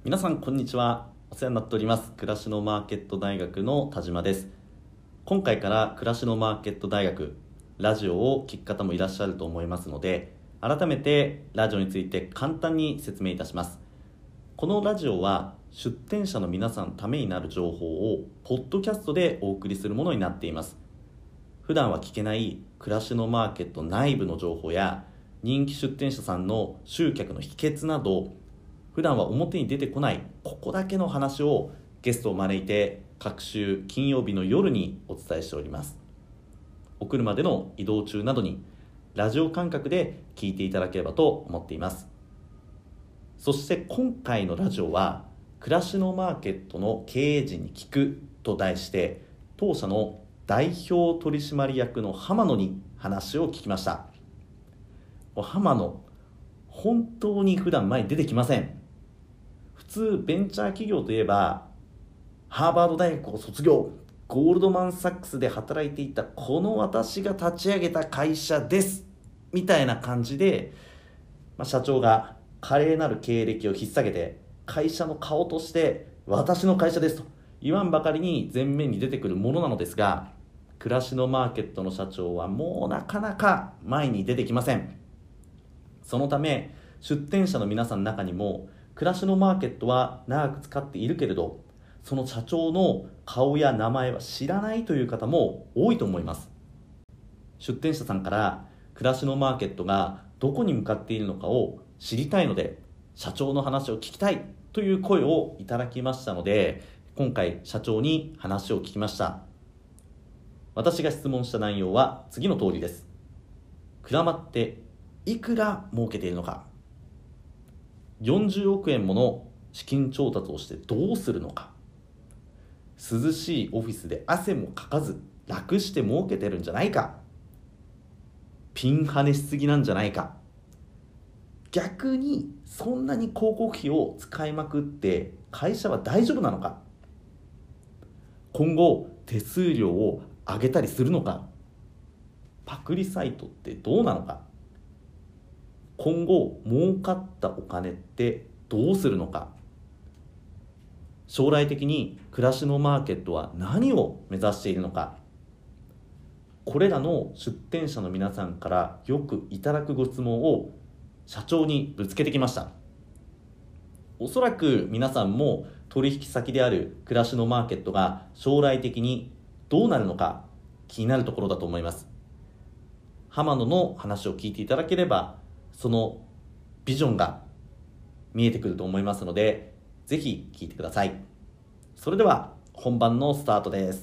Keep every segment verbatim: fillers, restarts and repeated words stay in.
皆さんこんにちは。お世話になっております暮らしのマーケット大学の田島です。今回から暮らしのマーケット大学ラジオを聞く方もいらっしゃると思いますので、改めてラジオについて簡単に説明いたします。このラジオは出展者の皆さんのためになる情報をポッドキャストでお送りするものになっています。普段は聞けない暮らしのマーケット内部の情報や人気出展者さんの集客の秘訣など、普段は表に出てこないここだけの話をゲストを招いて各週金曜日の夜にお伝えしております。お車での移動中などにラジオ感覚で聞いていただければと思っています。そして今回のラジオは暮らしのマーケットの経営陣に聞くと題して、当社の代表取締役の浜野に話を聞きました。浜野、本当に普段前に出てきません。普通ベンチャー企業といえばハーバード大学を卒業、ゴールドマンサックスで働いていたこの私が立ち上げた会社ですみたいな感じで、まあ、社長が華麗なる経歴を引っ提げて会社の顔として私の会社ですと言わんばかりに前面に出てくるものなのですが、暮らしのマーケットの社長はもうなかなか前に出てきません。そのため出展者の皆さんの中にも暮らしのマーケットは長く使っているけれど、その社長の顔や名前は知らないという方も多いと思います。出展者さんから暮らしのマーケットがどこに向かっているのかを知りたいので、社長の話を聞きたいという声をいただきましたので、今回社長に話を聞きました。私が質問した内容は次の通りです。クラマっていくら儲けているのか、よんじゅうおくえんもの資金調達をしてどうするのか、涼しいオフィスで汗もかかず楽して儲けてるんじゃないか、ピンハネしすぎなんじゃないか、逆にそんなに広告費を使いまくって会社は大丈夫なのか、今後手数料を上げたりするのか、パクリサイトってどうなのか、今後儲かったお金ってどうするのか、将来的に暮らしのマーケットは何を目指しているのか、これらの出展者の皆さんからよくいただくご質問を社長にぶつけてきました。おそらく皆さんも取引先である暮らしのマーケットが将来的にどうなるのか気になるところだと思います。浜野の話を聞いていただければそのビジョンが見えてくると思いますので、ぜひ聞いてください。それでは本番のスタートです。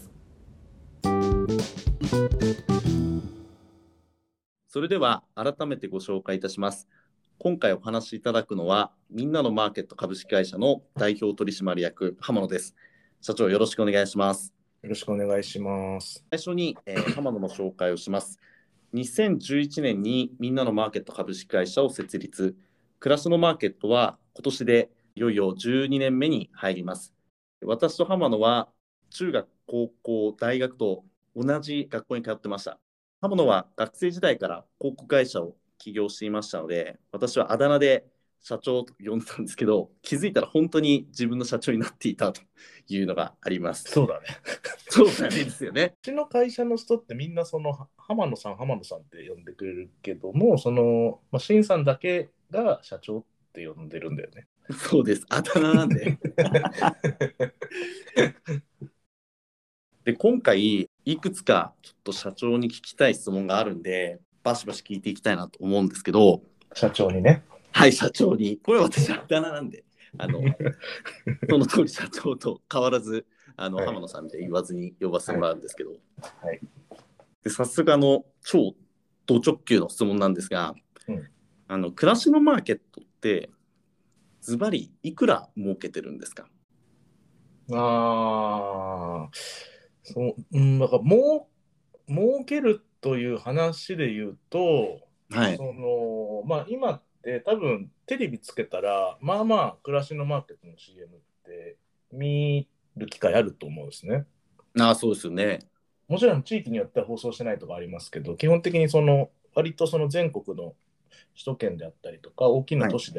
それでは改めてご紹介いたします。今回お話しいただくのはみんなのマーケット株式会社の代表取締役浜野です。社長、よろしくお願いします。 よろしくお願いします。 最初に、えー、浜野の紹介をします。にせんじゅういちねんにみんなのマーケット株式会社を設立。暮らしのマーケットは今年でいよいよじゅうにねんめに入ります。私と浜野は中学、高校、大学と同じ学校に通ってました。浜野は学生時代から広告会社を起業していましたので、私はあだ名で社長と呼んでたんですけど、気づいたら本当に自分の社長になっていたというのがあります。 そうだね。 そうなんですよね。 うちの会社の人ってみんなその浜野さん、浜野さんって呼んでくれるけども、その、まあ、新さんだけが社長って呼んでるんだよね。 そうです。あだ名なんで。で、今回いくつかちょっと社長に聞きたい質問があるんで、バシバシ聞いていきたいなと思うんですけど。 社長にね。 はい、社長に。これ私あだ名なんで、あのその通り社長と変わらずあの、はい、浜野さんみたいに言わずに呼ばせてもらうんですけど、 はい、 でさすがの超ド直球の質問なんですが、うん、あの暮らしのマーケットってズバリいくら儲けてるんですか？ あそう、うん、だからもう儲けるという話で言うと、はい、そのまあ、今って多分テレビつけたらまあまあ暮らしのマーケットの シーエム って見る機会あると思うんですね。 ああ、そうですよね。 もちろん地域によっては放送してないとかありますけど、基本的にその割とその全国の首都圏であったりとか大きな都市では、はい、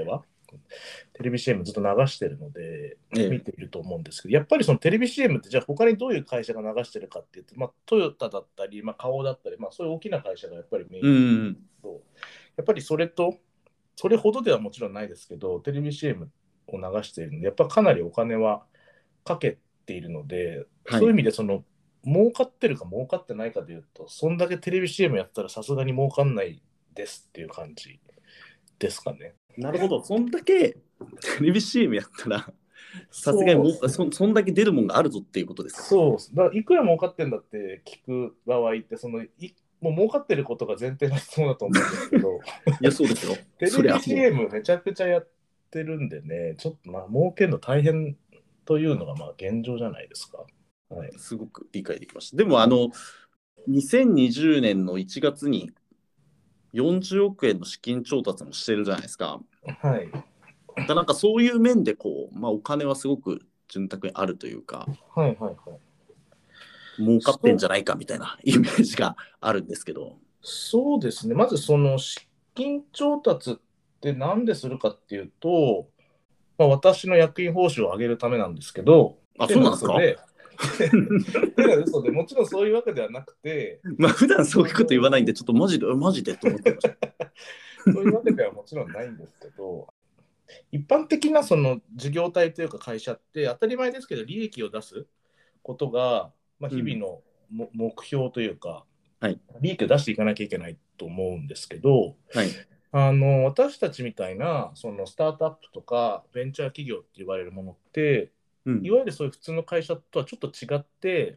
テレビ シーエム ずっと流してるので、見ていると思うんですけど、やっぱりそのテレビ シーエム ってじゃあ他にどういう会社が流してるかっていうと、まあ、トヨタだったり、まあ、花王だったり、まあ、そういう大きな会社がやっぱりメインうん、 と、やっぱりそれと、それほどではもちろんないですけど、テレビ シーエム を流しているので、やっぱかなりお金はかけているので、はい、そういう意味でその、儲かってるか儲かってないかでいうと、そんだけテレビ シーエム やったらさすがに儲かんないですっていう感じですかね。 なるほど、そんだけテレビ シーエム やったら、さすがにもう そ, そんだけ出るもんがあるぞっていうことですか。 そうだからいくら儲かってんだって聞く場合って、そのいもう儲かってることが前提の質問だと思うんですけど、 いや、そうですよ。 テレビ シーエム めちゃくちゃやってるんでね、ちょっとまあ儲けるの大変というのがまあ現状じゃないですか。はい、 すごく理解できました。でも、あの、にせんにじゅうねんのいちがつによんじゅうおくえんの資金調達もしてるじゃないですか。 はい。 だなんかそういう面でこう、まあ、お金はすごく潤沢にあるというか、 はいはいはい。 儲かってんじゃないかみたいなイメージがあるんですけど。 そうですね。まずその資金調達って何でするかっていうと、まあ、私の役員報酬を上げるためなんですけど、 あ、そうなんですか？ 手が嘘で、もちろんそういうわけではなくて、 まあ普段そういうこと言わないんで、ちょっとマジで、マジでと思ってました。 そういうわけではもちろんないんですけど、一般的なその事業体というか会社って当たり前ですけど、利益を出すことが、まあ、日々のも、うん、目標というか、はい、利益を出していかなきゃいけないと思うんですけど、はい、あの私たちみたいなそのスタートアップとかベンチャー企業って言われるものって、うん、いわゆるそういう普通の会社とはちょっと違って、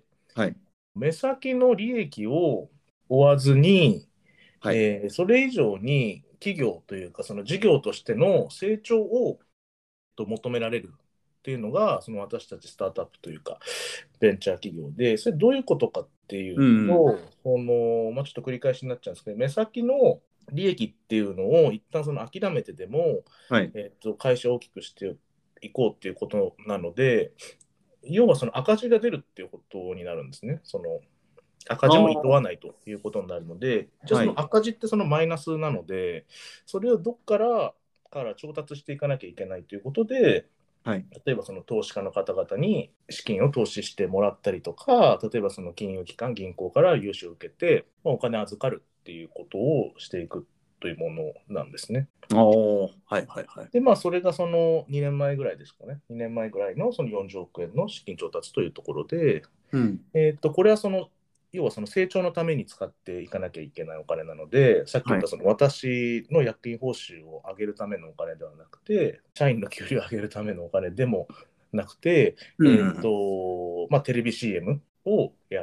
はい、目先の利益を追わずに、はい、えー、それ以上に企業というかその事業としての成長をと求められるっていうのがその私たちスタートアップというかベンチャー企業で、それどういうことかっていうと、うん、そのまあ、ちょっと繰り返しになっちゃうんですけど、目先の利益っていうのを一旦その諦めてでも、はい、えー、と会社を大きくしていこうっていうことなので、要はその赤字が出るっていうことになるんですね。その赤字も厭わないということになるので、じゃあその赤字ってそのマイナスなので、はい、それをどっからから調達していかなきゃいけないということで、はい、例えばその投資家の方々に資金を投資してもらったりとか、例えばその金融機関、銀行から融資を受けて、まあ、お金預かるっていうことをしていくというものなんですね。 おはいはいはい。 で、まあ、それがそのにねんまえぐらいですかね。にねんまえぐらいのそのよんじゅうおくえんの資金調達というところで、うん、えー、っと、これはその、要はその成長のために使っていかなきゃいけないお金なので、さっき言ったその私の役員報酬を上げるためのお金ではなくて、社員の給料を上げるためのお金でもなくて、うん、えー、っと、まあ、テレビ シーエム をやって、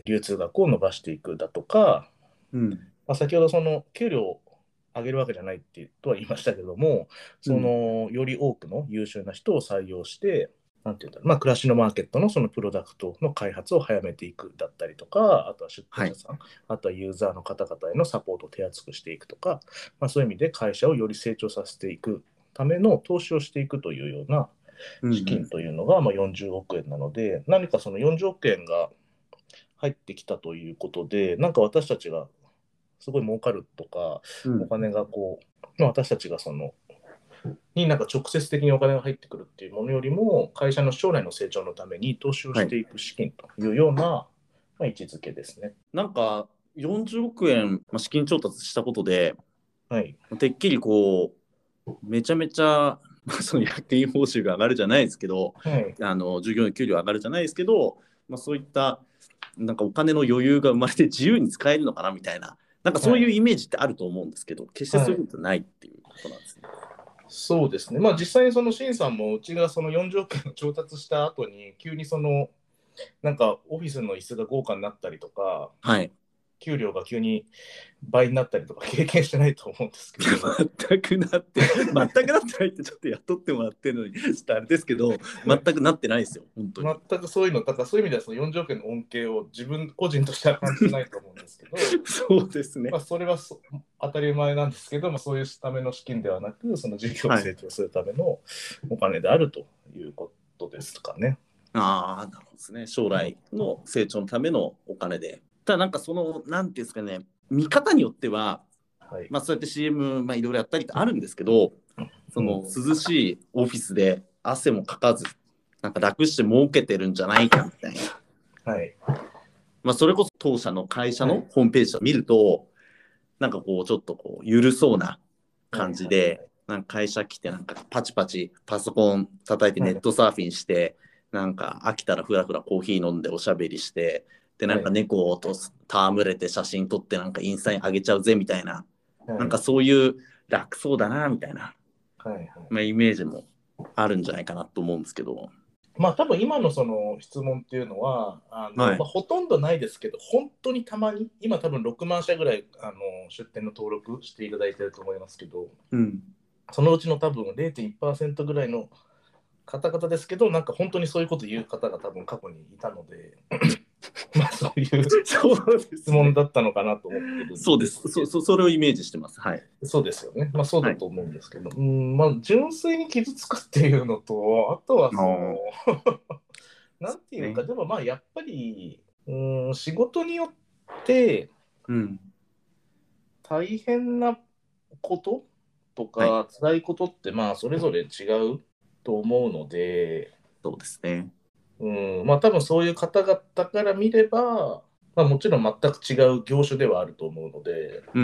流通額を伸ばしていくだとか、うん、まあ、先ほどその給料を上げるわけじゃないってとは言いましたけども、その、うん、より多くの優秀な人を採用して、なんていうんだろう、まあ、暮らしのマーケットのそのプロダクトの開発を早めていくだったりとか、あとは出店者さん、はい、あとはユーザーの方々へのサポートを手厚くしていくとか、まあ、そういう意味で会社をより成長させていくための投資をしていくというような資金というのがまあよんじゅうおくえんなので、何かそのよんじゅうおくえんが入ってきたということで、なんか私たちがすごい儲かるとか、うん、お金がこう、私たちがその、になんか直接的にお金が入ってくるっていうものよりも、会社の将来の成長のために投資をしていく資金というような、はい、まあ、位置づけですね。 なんかよんじゅうおくえん資金調達したことで、 はい、 てっきりこうめちゃめちゃその役員報酬が上がるじゃないですけど、はい、あの従業員給料上がるじゃないですけど、まあ、そういったなんかお金の余裕が生まれて自由に使えるのかなみたいな、なんかそういうイメージってあると思うんですけど、はい、決してそういうことないっていうことなんですね。はい、 そうですね。まあ実際にそのシンさんもうちがそのよんじゅうおくえん調達した後に急にそのなんかオフィスの椅子が豪華になったりとか、 はい、 給料が急に倍になったりとか経験してないと思うんですけど全くなって全くなってないってちょっと雇ってもらってるのにちょっとあれですけど全くなってないですよ本当に。 全くそういうのだからそういう意味ではそのよんじゅうおくえんの恩恵を自分個人としては感じてないと思うんですけどそうですね、 まあ、それはそ当たり前なんですけど、まあ、そういうための資金ではなくその事業を成長するためのお金であるということですかね。はい、 ああなるほどですね。将来の成長のためのお金で、ただなんかそのなんていうんですかね、見方によっては、はい、まあそうやって シーエム まあいろいろやったりってあるんですけど、 その涼しいオフィスで汗もかかず、なんか楽して儲けてるんじゃないかみたいな。はい。まあそれこそ当社の会社のホームページを見ると、はい、なんかこうちょっとこう緩そうな感じで、はいはいはい、なんか会社来てなんかパチパチパソコン叩いてネットサーフィンして、はい、なんか飽きたらふらふらコーヒー飲んでおしゃべりして、でなんか猫と戯れて写真撮ってなんかインスタに上げちゃうぜみたいな、はい、なんかそういう楽そうだなみたいな、はいはい、まあ、イメージもあるんじゃないかなと思うんですけど、 まあ多分今のその質問っていうのはあの、はい、まあ、ほとんどないですけど本当にたまに今多分ろくまん社ぐらいあの出店の登録していただいてると思いますけど、うん、そのうちの多分 ゼロてんいちパーセント ぐらいの方々ですけど、なんか本当にそういうこと言う方が多分過去にいたのでまあそういう質問だったのかなと思ってるんです。 そうです。そ, そ, それをイメージしてます。はい。 そうですよね。まあそうだと思うんですけど、はい、うんまあ純粋に傷つくっていうのと、あとはそのなんていうか、でもまあやっぱり、うん、仕事によって大変なこととか、はい、辛いことってまあそれぞれ違うと思うので、 そうですね。 うん、まあ多分そういう方々から見れば、まあ、もちろん全く違う業種ではあると思うので、うん、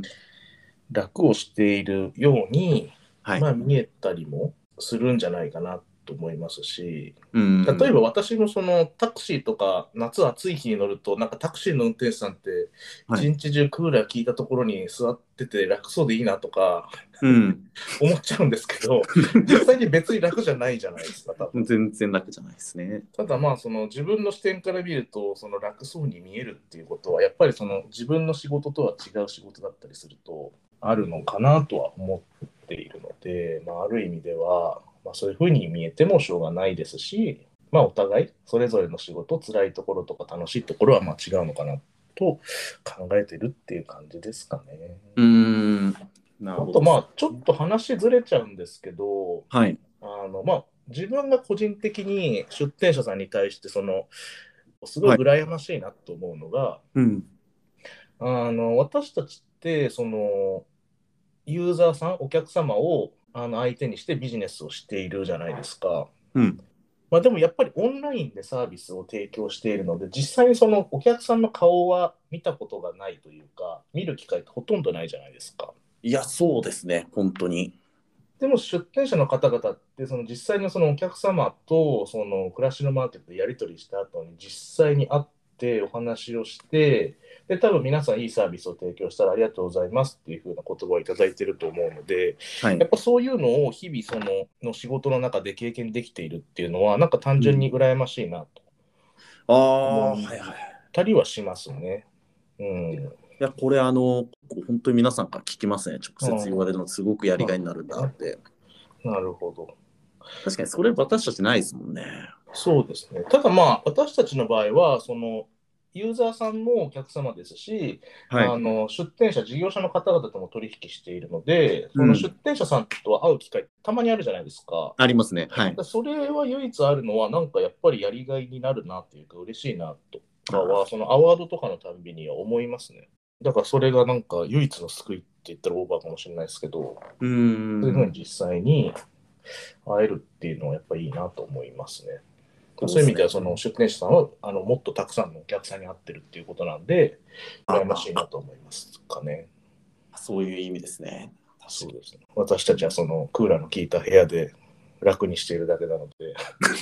楽をしているように、はい、まあ見えたりもするんじゃないかなと思いますし、うん、例えば私もそのタクシーとか夏暑い日に乗るとなんかタクシーの運転手さんって一日中クーラー効いたところに座ってて楽そうでいいなとか、うん、思っちゃうんですけど実際に別に楽じゃないじゃないですか。多分全然楽じゃないですね。 ただまあその自分の視点から見るとその楽そうに見えるっていうことはやっぱりその自分の仕事とは違う仕事だったりするとあるのかなとは思っているので、まあ、ある意味ではまあ、そういうふうに見えてもしょうがないですし、まあ、お互いそれぞれの仕事辛いところとか楽しいところはまあ違うのかなと考えてるっていう感じですかね。うーんなるほど。あとまあちょっと話ずれちゃうんですけど、はい、あのまあ自分が個人的に出店者さんに対してそのすごい羨ましいなと思うのが、はいうん、あの私たちってそのユーザーさんお客様をあの相手にしてビジネスをしているじゃないですか。うんまあ、でもやっぱりオンラインでサービスを提供しているので、実際にそのお客さんの顔は見たことがないというか、見る機会ってほとんどないじゃないですか。 いや、そうですね、本当に。 でも出店者の方々ってその実際のそのお客様とその暮らしのマーケットでやり取りした後に実際に会ってお話をして、で多分皆さんいいサービスを提供したらありがとうございますっていう風な言葉をいただいていると思うので、はい、やっぱそういうのを日々そのの仕事の中で経験できているっていうのはなんか単純に羨ましいなと思ったりはしますね。うん、 いやこれあの本当に皆さんから聞きますね。直接言われるのすごくやりがいになるんだって。 なるほど。 確かにそれ私たちないですもんね。 そうですね。ただまあ私たちの場合はそのユーザーさんもお客様ですし、はい、あの出店者、事業者の方々とも取引しているので、その出店者さんと会う機会、たまにあるじゃないですか。 ありますね。はい。 それは唯一あるのは、なんかやっぱりやりがいになるなっていうか、嬉しいなとかは、そのアワードとかのたんびには思いますね。だからそれがなんか唯一の救いって言ったらオーバーかもしれないですけど、うーんそういうふうに実際に会えるっていうのはやっぱりいいなと思いますね。そういう意味ではその出店者さんはあのもっとたくさんのお客さんに会ってるっていうことなんで羨ましいなと思いますかね。 そういう意味ですね。 そうですね。私たちはそのクーラーの効いた部屋で楽にしているだけなので。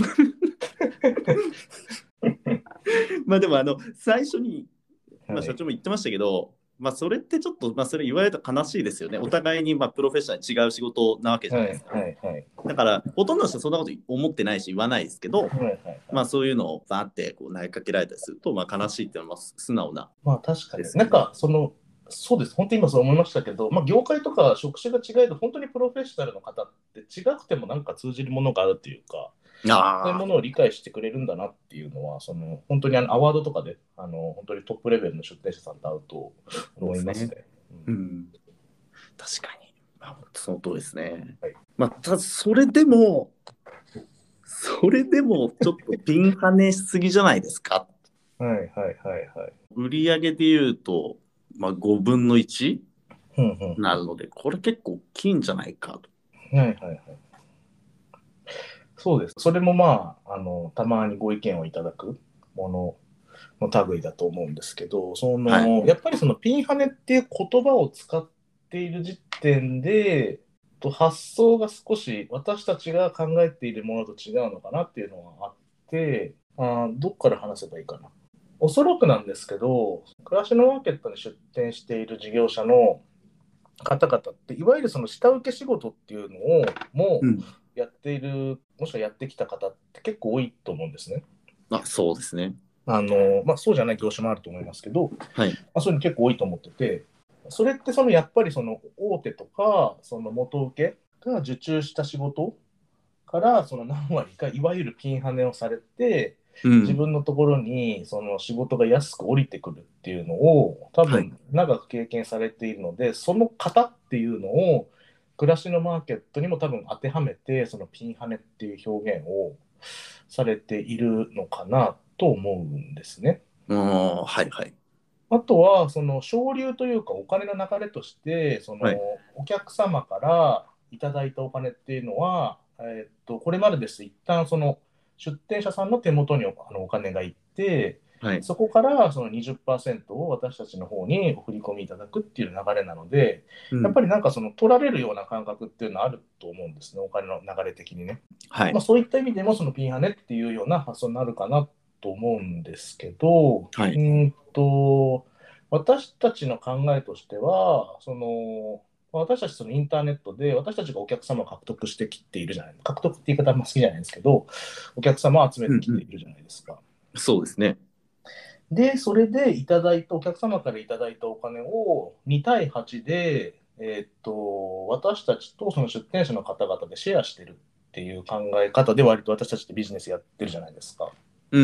まあでもあの最初に、まあ、社長も言ってましたけど、はいまあ、それってちょっと、まあ、それ言われると悲しいですよね。お互いにまあプロフェッショナルに違う仕事なわけじゃないですか。はいはいはい、だからほとんどの人はそんなこと思ってないし言わないですけど、はいはいはい、まあそういうのをバーってこう投げかけられたりすると、まあ、悲しいっていうのは素直な、ね。 まあ確かに。なんかそのそうです。本当に今そう思いましたけど、まあ、業界とか職種が違えど本当にプロフェッショナルの方って違くてもなんか通じるものがあるっていうか。そういうものを理解してくれるんだなっていうのは、その本当にあのアワードとかであの本当にトップレベルの出店者さんと会うと思いますね。 うんうん、確かに、まあ、その通りですね。はい、まあ、ただそれでも、それでもちょっとピンハネしすぎじゃないですか。 はいはいはいはい。 売上でいうと、まあ、ごぶんのいちなるので、これ結構大きいんじゃないかと。 はいはいはい。そうです。それもまあ、あの、たまにご意見をいただくものの類だと思うんですけど、そはい。 の、やっぱりそのピンハネっていう言葉を使っている時点で、と発想が少し私たちが考えているものと違うのかなっていうのがあって、あどっから話せばいいかな。おそらくなんですけど、暮らしのマーケットに出店している事業者の方々って、いわゆるその下請け仕事っていうのをもううん。 やっている、もしくはやってきた方って結構多いと思うんですね。 あ、そうですね。 あの、まあ、そうじゃない業種もあると思いますけど、 はい。 まあ、そういうの結構多いと思ってて、それってそのやっぱりその大手とか、その元請けが受注した仕事からその何割かいわゆるピンハネをされて、自うん。 分のところにその仕事が安く降りてくるっていうのを多はい。 分長く経験されているので、その方っていうのを暮らしのマーケットにも多分当てはめて、そのピンハネっていう表現をされているのかなと思うんですね。 ああ、はいはい。 あとは、その省流というか、お金の流れとして、そのはい。 お客様からいただいたお金っていうのは、えーっと、これまでです、一旦その出店者さんの手元におあのお金がいって、 はい。 そこからそのにじゅっパーセントを私たちの方にお振り込みいただくっていう流れなので、 うん。 やっぱりなんかその取られるような感覚っていうのはあると思うんですね、お金の流れ的にね。 はい。 まあ、そういった意味でも、そのピンハネっていうような発想になるかなと思うんですけど、 はい。 うんと、私たちの考えとしては、その、私たちそのインターネットで私たちがお客様を獲得してきているじゃない、獲得って言い方あんま好きじゃないんですけど、お客様を集めてきうんうん。 ているじゃないですか。 そうですね。 で、それでいただいた、お客様からいただいたお金をに対はちで、えーっと、私たちとその出店者の方々でシェアしてるっていう考え方で割と私たちってビジネスやってるじゃないですか。 うん。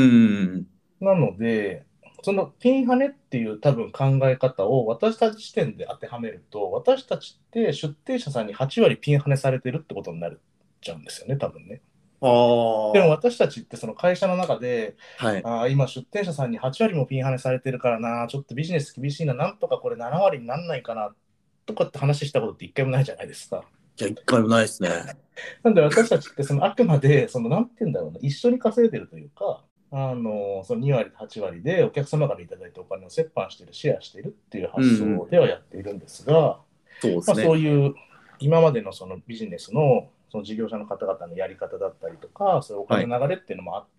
なので、そのピンハネっていう多分考え方を私たち視点で当てはめると、私たちって出店者さんにはち割ピンハネされてるってことになっちゃうんですよね、多分ね。 あでもあ、 私たちってその会社の中で、 はい。 あー今出店者さんにはち割もピンハネされてるからな、ちょっとビジネス厳しいな、なんとかこれなな割になんないかなとかって話したことって一回もないじゃないですか。 いや、一回もないですね。 なんで私たちってそのあくまで、そのなんて言うんだろうな、一緒に稼いでるというか、あのそのに割、はち割でお客様からいただいたお金を折半している、シェアしているっていううん発うん。 想ではやっているんですが、まあ、 そうですね。 そういう今までのそのビジネスのその事業者の方々のやり方だったりとか、そういうおはい。 金の流れっていうのもあって、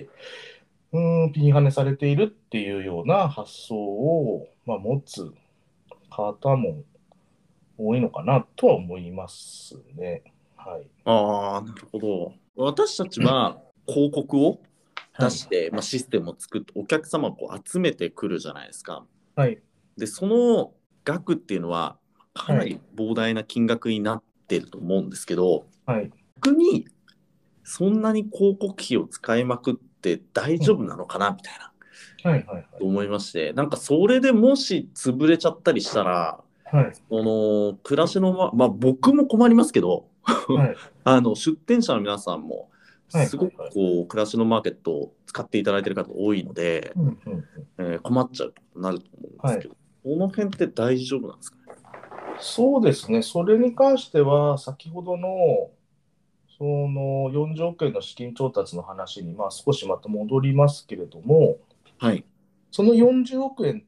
うーん、ピンハネされているっていうような発想を、まあ、持つ方も多いのかなとは思いますね。はい。 ああ、なるほど。私たちは広告をはい。 出して、まあ、システムを作ってお客様をこう集めてくるじゃないですか。 はい。 で、その額っていうのはかはい。 なり膨大な金額になってると思うんですけど、 はい。 逆にそんなに広告費を使いまくって大うん。 丈夫なのかなみたいなはい。はい。 と思いまして、なんかそれでもし潰れちゃったりしたら、 はい。 その暮らしのま、まあ僕も困りますけど、 はい。 あの出店者の皆さんもはい。 すごくはい。はい。 こう暮らしのマーケットを使っていただいている方多いので、 うん。うん。うん。 えー困っちゃうとなると思うんではい。 すけど、この辺って大丈夫なんですかね。 そうですね。それに関しては、先ほどの、そのよんじゅうおく円の資金調達の話に、まあ、少しまた戻りますけれども、 はい。 そのよんじゅうおく円って、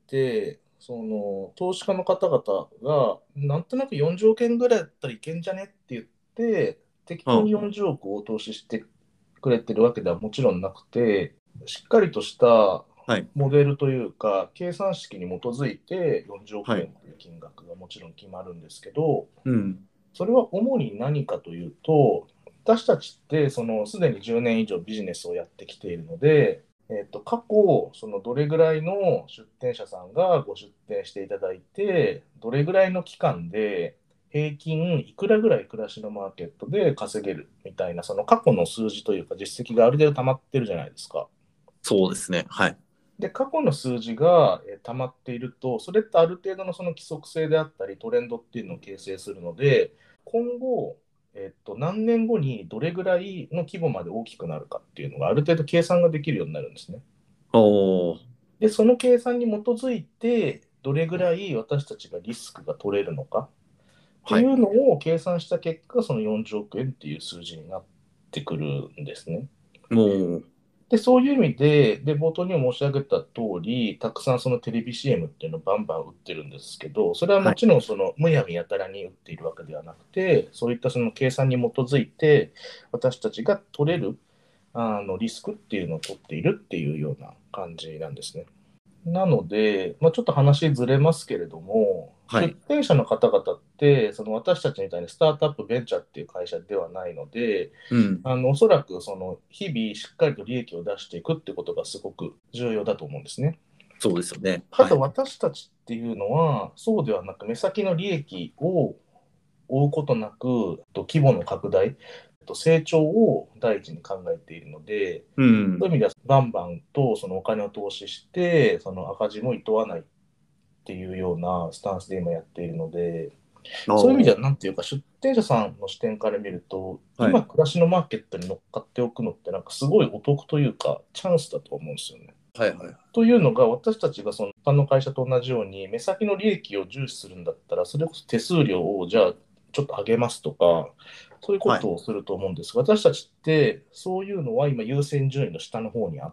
その投資家の方々が、なんとなくよんじゅうおく円ぐらいだったらいけんじゃねって言って、適当にはよんじゅうおくを投資してくれてるわけではもちろんなくて、しっかりとしたあ、はい。 モデルというか、計算式に基づいてよんじゅうおくはい。 円という金額がもちろん決まるんですけど、 うん。 それは主に何かというと、私たちってそのすでにじゅうねん以上ビジネスをやってきているので、えっと、過去、そのどれぐらいの出店者さんがご出店していただいて、どれぐらいの期間で平均いくらぐらい暮らしのマーケットで稼げるみたいな、その過去の数字というか実績がある程度溜まってるじゃないですか。 そうですね。はい。 で、過去の数字が、えー溜まっていると、それってある程度のその規則性であったり、トレンドっていうのを形成するので、今後、えっと、何年後にどれぐらいの規模まで大きくなるかっていうのがある程度計算ができるようになるんですね。 おー。 で、その計算に基づいて、どれぐらい私たちがリスクが取れるのかっていうのを計算した結果、そのよんじゅうおくえんっていう数字になってくるんですね。 もうで、そういう意味で、で、冒頭にも申し上げた通り、たくさんそのテレビ シーエム っていうのをバンバン打ってるんですけど、それはもちろんそのむやみやたらに打っているわけではなくて、そういったその計算に基づいて、私たちが取れるあのリスクっていうのを取っているっていうような感じなんですね。なので、まあ、ちょっと話ずれますけれども、 はい、 出店者の方々って、その私たちみたいにスタートアップベンチャーっていう会社ではないので、うん、あのおそらくその日々しっかりと利益を出していくってことがすごく重要だと思うんですね。 そうですよね。 ただ私たちっていうのは、そうではなく、目先の利益を追うことなく、規模の拡大、成長を第一に考えているので、うん、そういう意味ではバンバンとそのお金を投資してその赤字も厭わないっていうようなスタンスで今やっているので、そういう意味ではなんていうか出店者さんの視点から見ると、はい、今暮らしのマーケットに乗っかっておくのってなんかすごいお得というかチャンスだと思うんですよね。はいはい、というのが私たちがその他の会社と同じように目先の利益を重視するんだったらそれこそ手数料をじゃあちょっと上げますとかそういうことをすると思うんですが、はい、私たちってそういうのは今優先順位の下の方にあって、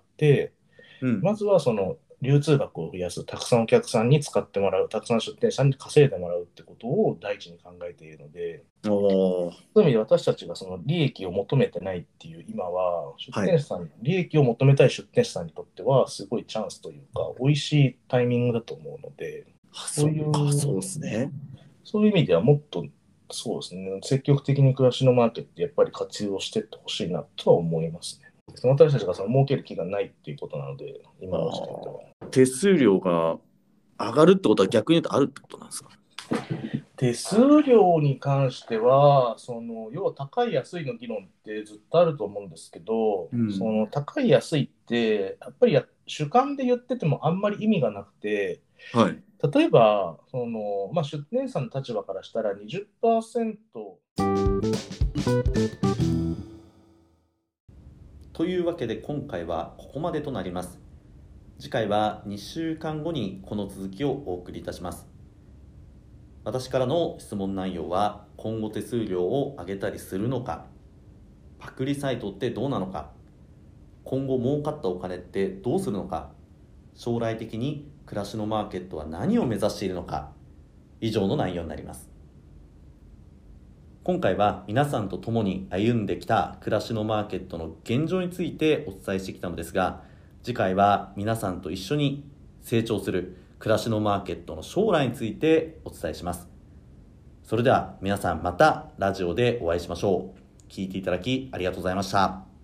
うん、まずはその流通額を増やす、たくさんお客さんに使ってもらう、たくさん出店者に稼いでもらうってことを第一に考えているので、そういう意味で私たちがその利益を求めてないっていう今は、出店者さん、はい、利益を求めたい出店者さんにとってはすごいチャンスというか、美味しいタイミングだと思うので、 そういう、そうですね。 そういう意味ではもっとそうですね、積極的に暮らしのマーケットやっぱり活用していってほしいなとは思いますね。私たちがその儲ける気がないっていうことなので、今の時点では。 手数料が上がるってことは逆に言うとあるってことなんですか？ 手数料に関しては、その要は高い安いの議論ってずっとあると思うんですけど、うん、その高い安いってやっぱりや主観で言っててもあんまり意味がなくて、はい、例えばその、まあ、出店者の立場からしたら にじゅっパーセント。 というわけで今回はここまでとなります。次回はにしゅうかんごにこの続きをお送りいたします。私からの質問内容は、今後手数料を上げたりするのか、パクリサイトってどうなのか、今後儲かったお金ってどうするのか、将来的に暮らしのマーケットは何を目指しているのか、以上の内容になります。今回は皆さんと共に歩んできた暮らしのマーケットの現状についてお伝えしてきたのですが、次回は皆さんと一緒に成長する暮らしのマーケットの将来についてお伝えします。それでは皆さんまたラジオでお会いしましょう。聞いていただきありがとうございました。